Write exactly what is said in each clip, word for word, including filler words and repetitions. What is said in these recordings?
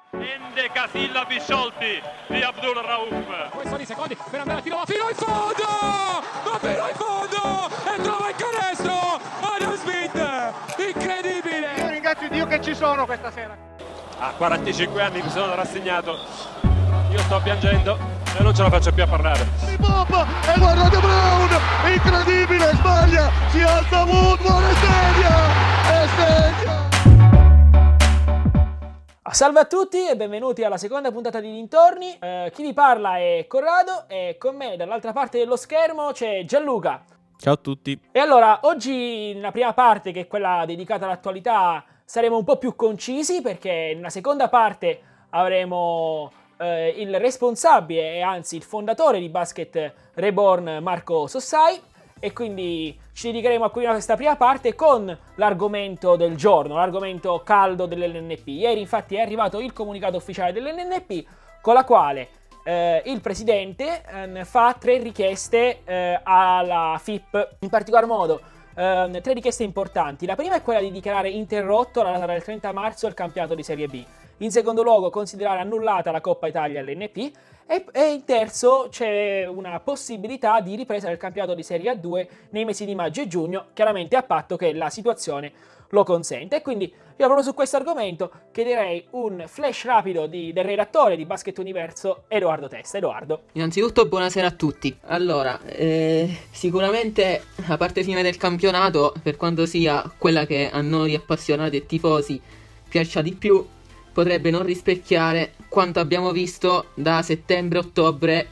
Endecasillabi sciolti di Abdul Rauf. Poi sono i secondi per andare a tiro, ma fino in fondo! Ma fino in fondo! E trova il canestro! Adam Smith! Incredibile! Io ringrazio Dio che ci sono questa sera. A quarantacinque anni mi sono rassegnato. Io sto piangendo e non ce la faccio più a parlare. Di Bob e guarda De Brown! Incredibile! Sbaglia! Si alza Woodward e segna! E segna! Salve a tutti e benvenuti alla seconda puntata di Dintorni. Eh, chi vi parla è Corrado e con me dall'altra parte dello schermo c'è Gianluca. Ciao a tutti. E allora, oggi nella prima parte, che è quella dedicata all'attualità, saremo un po' più concisi perché nella seconda parte avremo eh, il responsabile e anzi il fondatore di Basket Reborn, Marco Sossai, e quindi ci dedicheremo a questa prima parte con l'argomento del giorno, l'argomento caldo dell'N N P. Ieri infatti è arrivato il comunicato ufficiale dell'N N P con la quale eh, il presidente eh, fa tre richieste eh, alla F I P, in particolar modo eh, tre richieste importanti. La prima è quella di dichiarare interrotto la data del trenta marzo il campionato di Serie B. In secondo luogo considerare annullata la Coppa Italia L N P. E, e in terzo c'è una possibilità di ripresa del campionato di Serie A due nei mesi di maggio e giugno, chiaramente a patto che la situazione lo consenta. E quindi io proprio su questo argomento chiederei un flash rapido di, del redattore di Basket Universo, Edoardo Testa. Edoardo. Innanzitutto buonasera a tutti. Allora, eh, sicuramente la parte finale del campionato, per quanto sia quella che a noi appassionati e tifosi piaccia di più, potrebbe non rispecchiare quanto abbiamo visto da settembre-ottobre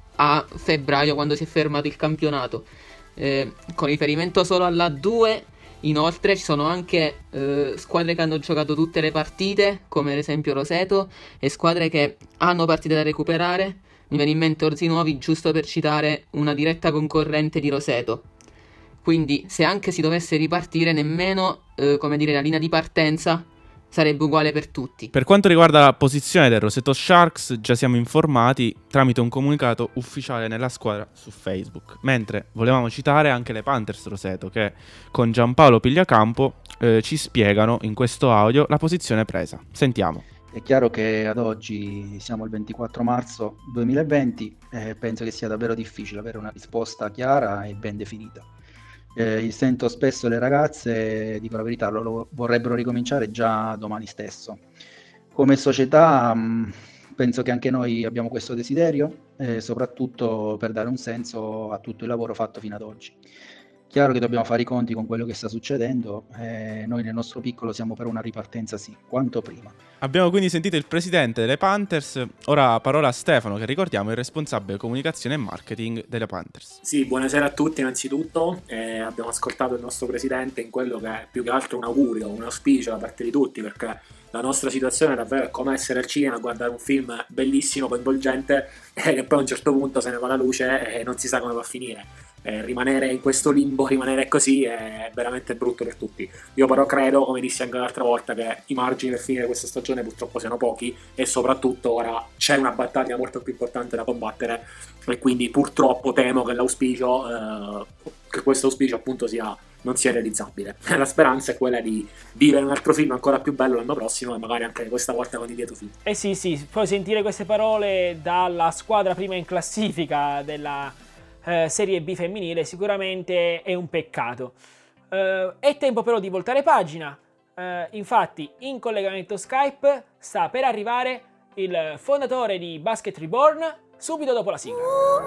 a febbraio, quando si è fermato il campionato. Eh, con riferimento solo alla A due, inoltre ci sono anche eh, squadre che hanno giocato tutte le partite, come ad esempio Roseto, e squadre che hanno partite da recuperare. Mi viene in mente Orzinuovi, giusto per citare una diretta concorrente di Roseto. Quindi se anche si dovesse ripartire, nemmeno eh, come dire, la linea di partenza sarebbe uguale per tutti. Per quanto riguarda la posizione del Roseto Sharks, già siamo informati tramite un comunicato ufficiale nella squadra su Facebook, mentre volevamo citare anche le Panthers Roseto, che con Giampaolo Pigliacampo eh, ci spiegano in questo audio la posizione presa. Sentiamo. È chiaro che ad oggi siamo il ventiquattro marzo duemilaventi e penso che sia davvero difficile avere una risposta chiara e ben definita. Eh, sento spesso le ragazze, dico la verità, lo, lo vorrebbero ricominciare già domani stesso. Come società mh, penso che anche noi abbiamo questo desiderio, eh, soprattutto per dare un senso a tutto il lavoro fatto fino ad oggi. Chiaro che dobbiamo fare i conti con quello che sta succedendo, eh, noi nel nostro piccolo siamo per una ripartenza sì, quanto prima. Abbiamo quindi sentito il presidente delle Panthers, ora parola a Stefano, che ricordiamo è il responsabile comunicazione e marketing delle Panthers. Sì, buonasera a tutti innanzitutto, eh, abbiamo ascoltato il nostro presidente in quello che è più che altro un augurio, un auspicio da parte di tutti, perché la nostra situazione davvero è come essere al cinema a guardare un film bellissimo, coinvolgente, e eh, che poi a un certo punto se ne va la luce e non si sa come va a finire. Eh, rimanere in questo limbo, rimanere così è veramente brutto per tutti. Io però credo, come dissi anche l'altra volta, che i margini per finire questa stagione purtroppo siano pochi e soprattutto ora c'è una battaglia molto più importante da combattere e quindi purtroppo temo che l'auspicio eh, che questo auspicio appunto sia non sia realizzabile. La speranza è quella di vivere un altro film ancora più bello l'anno prossimo e magari anche questa volta con i lieto fine. Eh sì sì, poi sentire queste parole dalla squadra prima in classifica della Uh, Serie B femminile sicuramente è un peccato. Uh, è tempo però di voltare pagina. Uh, infatti in collegamento Skype sta per arrivare il fondatore di Basket Reborn subito dopo la sigla.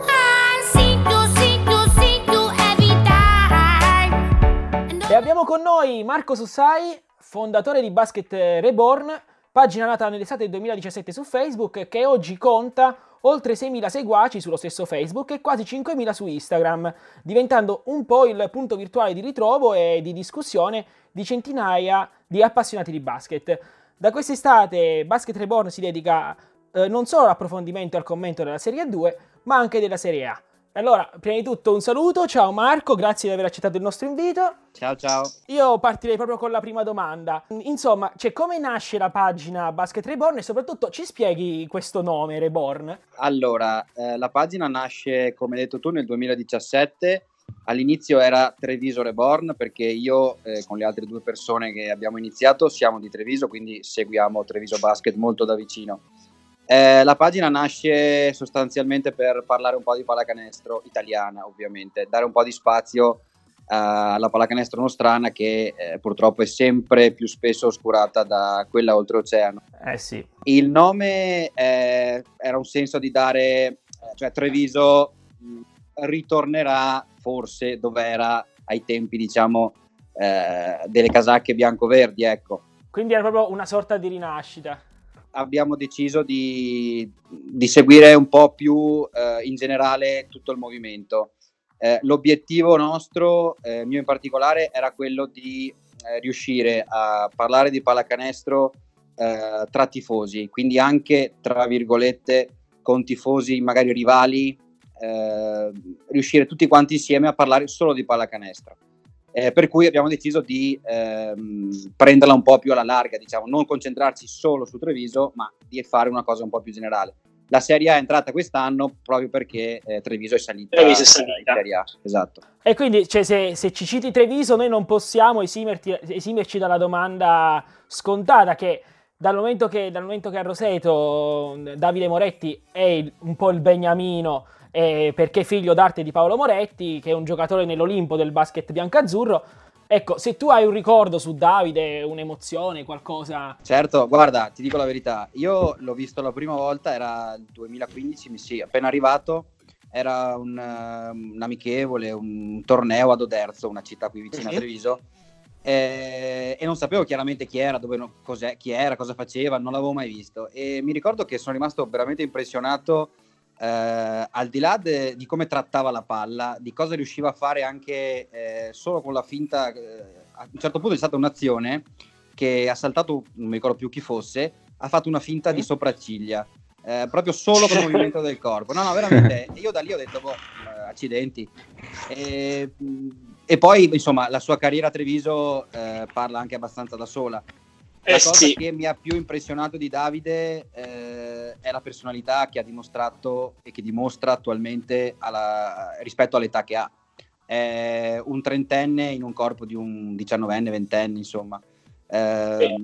E abbiamo con noi Marco Sossai, fondatore di Basket Reborn, pagina nata nell'estate duemiladiciassette su Facebook, che oggi conta oltre seimila seguaci sullo stesso Facebook e quasi cinquemila su Instagram, diventando un po' il punto virtuale di ritrovo e di discussione di centinaia di appassionati di basket. Da quest'estate Basket Reborn si dedica eh, non solo all'approfondimento e al commento della Serie A due, ma anche della Serie A. Allora, prima di tutto un saluto, ciao Marco, grazie di aver accettato il nostro invito. Ciao ciao. Io partirei proprio con la prima domanda. Insomma, cioè, come nasce la pagina Basket Reborn e soprattutto ci spieghi questo nome, Reborn? Allora, eh, la pagina nasce, come hai detto tu, nel duemiladiciassette All'inizio era Treviso Reborn, perché io eh, con le altre due persone che abbiamo iniziato siamo di Treviso, quindi seguiamo Treviso Basket molto da vicino. Eh, la pagina nasce sostanzialmente per parlare un po' di pallacanestro italiana, ovviamente, dare un po' di spazio uh, alla pallacanestro nostrana che eh, purtroppo è sempre più spesso oscurata da quella oltreoceano. Eh sì. Il nome eh, era un senso di dare, cioè Treviso mh, ritornerà forse dove era ai tempi, diciamo, eh, delle casacche bianco-verdi, ecco. Quindi era proprio una sorta di rinascita. Abbiamo deciso di, di seguire un po' più eh, in generale tutto il movimento. Eh, l'obiettivo nostro, eh, mio in particolare, era quello di eh, riuscire a parlare di pallacanestro eh, tra tifosi, quindi anche, tra virgolette, con tifosi magari rivali, eh, riuscire tutti quanti insieme a parlare solo di pallacanestro. Eh, per cui abbiamo deciso di ehm, prenderla un po' più alla larga, diciamo, non concentrarci solo su Treviso, ma di fare una cosa un po' più generale. La Serie A è entrata quest'anno proprio perché eh, Treviso è salita, Treviso è salita. in Serie A, esatto. E quindi, cioè, se, se ci citi Treviso, noi non possiamo esimerti, esimerci dalla domanda scontata che dal momento che, dal momento che a Roseto Davide Moretti è il, un po' il beniamino, eh, perché è figlio d'arte di Paolo Moretti, che è un giocatore nell'Olimpo del basket biancazzurro. Ecco, se tu hai un ricordo su Davide, un'emozione, qualcosa... Certo, guarda, ti dico la verità, io l'ho visto la prima volta, era il duemilaquindici, mi sì, appena arrivato, era un, uh, un amichevole, un torneo ad Oderzo, una città qui vicina uh-huh. a Treviso, e, e non sapevo chiaramente chi era, dove, cos'è, chi era, cosa faceva, non l'avevo mai visto, e mi ricordo che sono rimasto veramente impressionato. Eh, al di là de, di come trattava la palla, di cosa riusciva a fare anche eh, solo con la finta, eh, a un certo punto è stata un'azione che ha saltato, non mi ricordo più chi fosse, ha fatto una finta di sopracciglia, eh, proprio solo con il movimento del corpo. No, no, veramente, io da lì ho detto, boh, eh, accidenti. E, e poi, insomma, la sua carriera a Treviso eh, parla anche abbastanza da sola. La Eh, cosa sì. che mi ha più impressionato di Davide eh, è la personalità che ha dimostrato e che dimostra attualmente alla, rispetto all'età che ha. È un trentenne in un corpo di un diciannovenne, ventenne, insomma. Eh,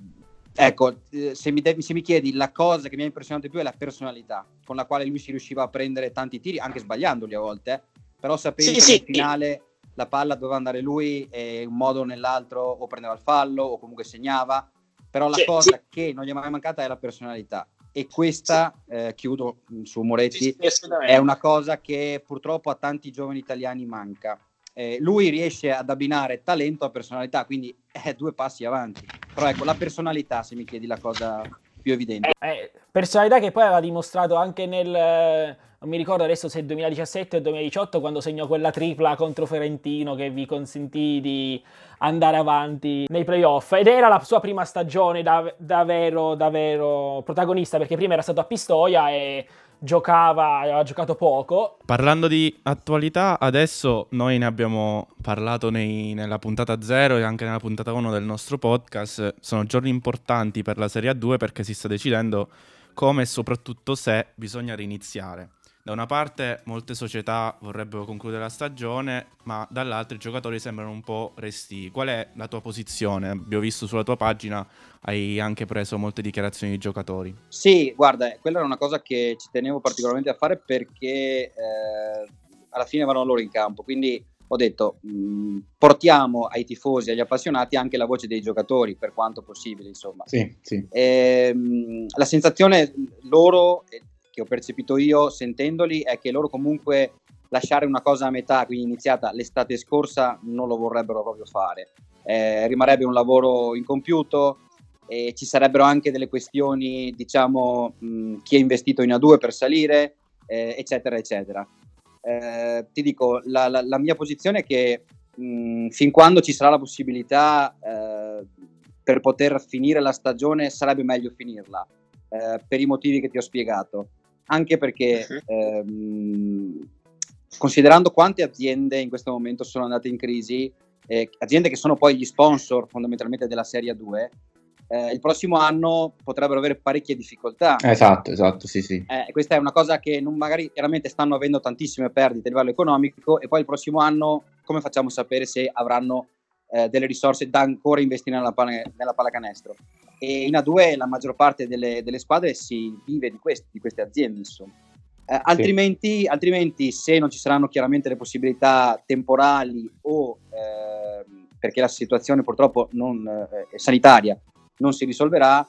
ecco, se mi, de- se mi chiedi la cosa che mi ha impressionato di più è la personalità con la quale lui si riusciva a prendere tanti tiri, anche sbagliandoli a volte, eh, però sapendo Sì, che sì. nel finale la palla doveva andare lui e in un modo o nell'altro o prendeva il fallo o comunque segnava, però la Sì, cosa sì. che non gli è mai mancata è la personalità, e questa, eh, chiudo su Moretti, Sì, sì, assolutamente. è una cosa che purtroppo a tanti giovani italiani manca. Eh, lui riesce ad abbinare talento a personalità, quindi è due passi avanti, però ecco, la personalità, se mi chiedi, la cosa più evidente. Eh, personalità che poi aveva dimostrato anche nel... non mi ricordo adesso se duemiladiciassette o duemiladiciotto, quando segnò quella tripla contro Ferentino che vi consentì di andare avanti nei playoff, ed era la sua prima stagione da, davvero, davvero protagonista, perché prima era stato a Pistoia e giocava, aveva giocato poco. Parlando di attualità, adesso noi ne abbiamo parlato nei, nella puntata zero e anche nella puntata uno del nostro podcast. Sono giorni importanti per la Serie A due perché si sta decidendo come e soprattutto se bisogna riniziare. Da una parte molte società vorrebbero concludere la stagione, ma dall'altra i giocatori sembrano un po' restii. Qual è la tua posizione? Abbiamo visto sulla tua pagina, hai anche preso molte dichiarazioni di giocatori. Sì, guarda, quella era una cosa che ci tenevo particolarmente a fare perché eh, alla fine vanno loro in campo, quindi ho detto mh, portiamo ai tifosi, agli appassionati anche la voce dei giocatori per quanto possibile, insomma. Sì, sì. E, mh, la sensazione loro, che ho percepito io sentendoli, è che loro comunque lasciare una cosa a metà, quindi iniziata l'estate scorsa, non lo vorrebbero proprio fare. Eh, rimarrebbe un lavoro incompiuto e ci sarebbero anche delle questioni, diciamo, mh, chi ha investito in A due per salire, eh, eccetera, eccetera. Eh, ti dico, la, la, la mia posizione è che mh, fin quando ci sarà la possibilità eh, per poter finire la stagione, sarebbe meglio finirla, eh, per i motivi che ti ho spiegato. Anche perché, ehm, considerando quante aziende in questo momento sono andate in crisi, eh, aziende che sono poi gli sponsor fondamentalmente della Serie A due, eh, il prossimo anno potrebbero avere parecchie difficoltà. Esatto, esatto, sì, sì. Eh, questa è una cosa che non, magari chiaramente stanno avendo tantissime perdite a livello economico, e poi il prossimo anno come facciamo a sapere se avranno eh, delle risorse da ancora investire nella, nella pallacanestro? E in A due la maggior parte delle, delle squadre si vive di, questi, di queste aziende, insomma. Eh, altrimenti, sì. altrimenti se non ci saranno chiaramente le possibilità temporali o eh, perché la situazione purtroppo non, eh, sanitaria non si risolverà,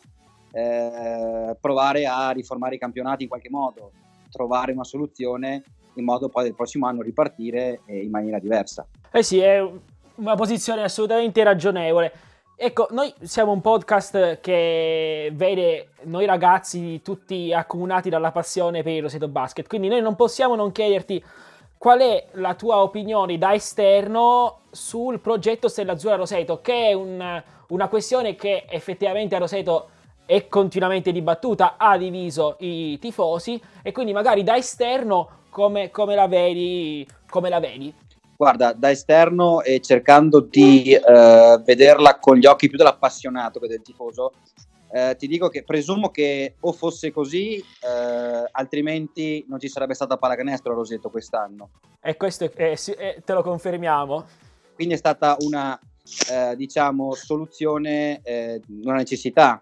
eh, provare a riformare i campionati in qualche modo, trovare una soluzione in modo poi del prossimo anno ripartire eh, in maniera diversa. Eh sì, è una posizione assolutamente ragionevole. Ecco, noi siamo un podcast che vede noi ragazzi tutti accomunati dalla passione per il Roseto Basket, quindi noi non possiamo non chiederti qual è la tua opinione da esterno sul progetto Stella Azzurra Roseto, che è un, una questione che effettivamente a Roseto è continuamente dibattuta, ha diviso i tifosi, e quindi magari da esterno come, come la vedi, come la vedi? Guarda, da esterno e cercando di eh, vederla con gli occhi più dell'appassionato che del tifoso, eh, ti dico che presumo che o fosse così, eh, altrimenti non ci sarebbe stata pallacanestro a Roseto quest'anno. E questo è, è, è, te lo confermiamo. Quindi è stata una, eh, diciamo, soluzione, eh, una necessità.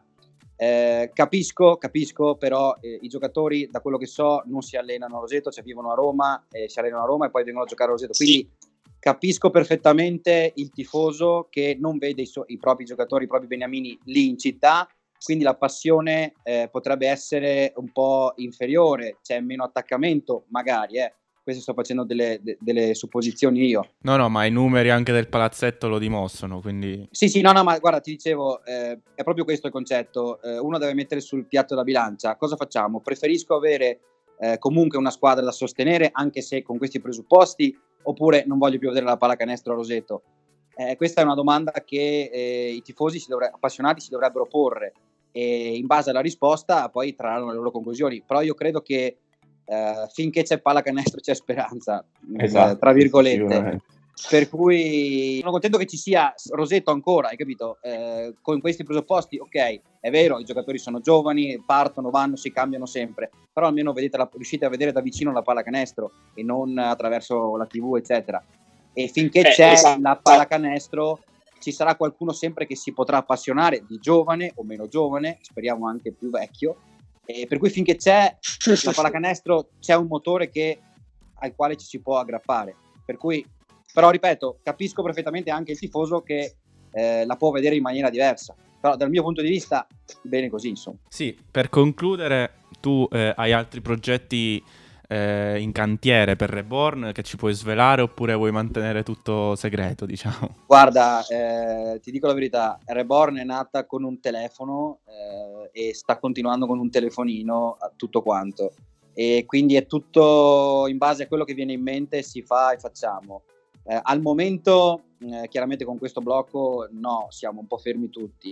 Eh, capisco, capisco, però eh, i giocatori, da quello che so, non si allenano a Roseto, cioè vivono a Roma, eh, si allenano a Roma e poi vengono a giocare a Roseto, quindi capisco perfettamente il tifoso che non vede i, so- i propri giocatori, i propri beniamini lì in città, quindi la passione eh, potrebbe essere un po' inferiore, c'è meno attaccamento magari, eh. Queste sto facendo delle, de- delle supposizioni io. No, no, ma i numeri anche del palazzetto lo dimostrano, quindi... Sì, sì, no, no, ma guarda, ti dicevo, eh, è proprio questo il concetto. Eh, uno deve mettere sul piatto la bilancia. Cosa facciamo? Preferisco avere eh, comunque una squadra da sostenere, anche se con questi presupposti, oppure non voglio più vedere la pallacanestro a Roseto? Eh, questa è una domanda che eh, i tifosi si dovre- appassionati si dovrebbero porre, e in base alla risposta poi trarranno le loro conclusioni. Però io credo che Uh, finché c'è pallacanestro c'è speranza, esatto, eh, tra virgolette, per cui sono contento che ci sia Roseto ancora, hai capito? Eh, con questi presupposti, ok, è vero, i giocatori sono giovani, partono, vanno, si cambiano sempre, però almeno vedete la, riuscite a vedere da vicino la pallacanestro e non attraverso la tivù, eccetera. E finché eh, c'è esatto. la pallacanestro ci sarà qualcuno sempre che si potrà appassionare, di giovane o meno giovane, speriamo anche più vecchio. E per cui finché c'è la pallacanestro c'è un motore che, al quale ci si può aggrappare, per cui, però ripeto, capisco perfettamente anche il tifoso che eh, la può vedere in maniera diversa, però dal mio punto di vista bene così, insomma. Sì, per concludere, tu eh, hai altri progetti eh, in cantiere per Reborn che ci puoi svelare, oppure vuoi mantenere tutto segreto, diciamo? Guarda, eh, ti dico la verità, Reborn è nata con un telefono eh, e sta continuando con un telefonino, tutto quanto, e quindi è tutto in base a quello che viene in mente, si fa e facciamo. Eh, al momento, eh, chiaramente con questo blocco, no, siamo un po' fermi tutti.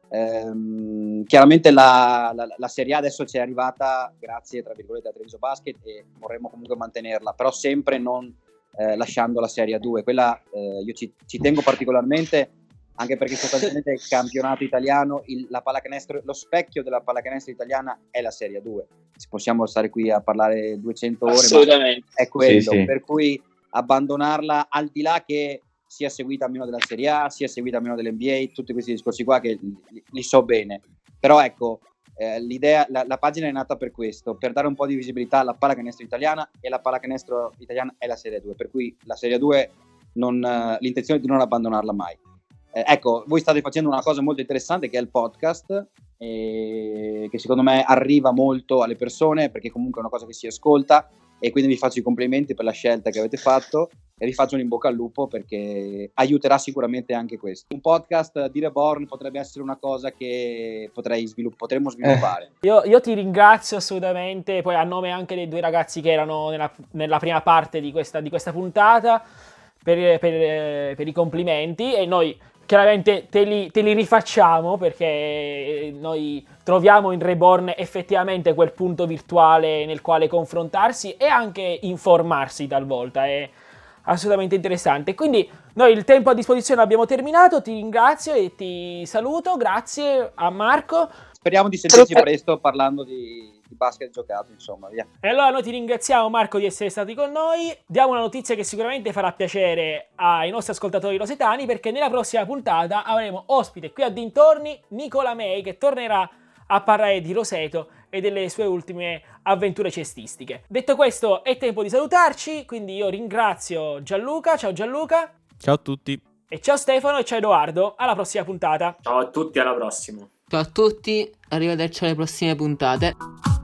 Eh, chiaramente la, la, la Serie A adesso ci è arrivata grazie, tra virgolette, a Treviso Basket, e vorremmo comunque mantenerla, però sempre non eh, lasciando la Serie A due. Quella eh, io ci, ci tengo particolarmente, anche perché sostanzialmente il campionato italiano, il, la pallacanestro, lo specchio della pallacanestro italiana è la Serie A due. Possiamo stare qui a parlare duecento ore, ma è quello, sì, sì. Per cui abbandonarla, al di là che sia seguita a meno della Serie A, sia seguita a meno dell'N B A, tutti questi discorsi qua che li, li so bene, però ecco, eh, l'idea, la, la pagina è nata per questo, per dare un po' di visibilità alla pallacanestro italiana, e la pallacanestro italiana è la Serie due, per cui la Serie due non, uh, l'intenzione è di non abbandonarla mai. Eh, ecco, voi state facendo una cosa molto interessante che è il podcast, eh, che secondo me arriva molto alle persone, perché comunque è una cosa che si ascolta, e quindi vi faccio i complimenti per la scelta che avete fatto e vi faccio un in bocca al lupo, perché aiuterà sicuramente anche questo. Un podcast di Reborn potrebbe essere una cosa che potrei svilupp- potremmo sviluppare. Eh. Io, io ti ringrazio assolutamente, poi a nome anche dei due ragazzi che erano nella, nella prima parte di questa, di questa puntata, per, per, per i complimenti, e noi chiaramente te li, te li rifacciamo, perché noi troviamo in Reborn effettivamente quel punto virtuale nel quale confrontarsi e anche informarsi talvolta, e assolutamente interessante. Quindi noi il tempo a disposizione l'abbiamo terminato, ti ringrazio e ti saluto, grazie a Marco. Speriamo di sentirci presto parlando di, di basket giocato, insomma, via. E allora noi ti ringraziamo, Marco, di essere stati con noi. Diamo una notizia che sicuramente farà piacere ai nostri ascoltatori rosetani, perché nella prossima puntata avremo ospite qui a dintorni Nicola May, che tornerà a parlare di Roseto e delle sue ultime avventure cestistiche. Detto questo, è tempo di salutarci, quindi io ringrazio Gianluca. Ciao Gianluca. Ciao a tutti. E ciao Stefano e ciao Edoardo. Alla prossima puntata. Ciao a tutti, alla prossima. Ciao a tutti, arrivederci alle prossime puntate.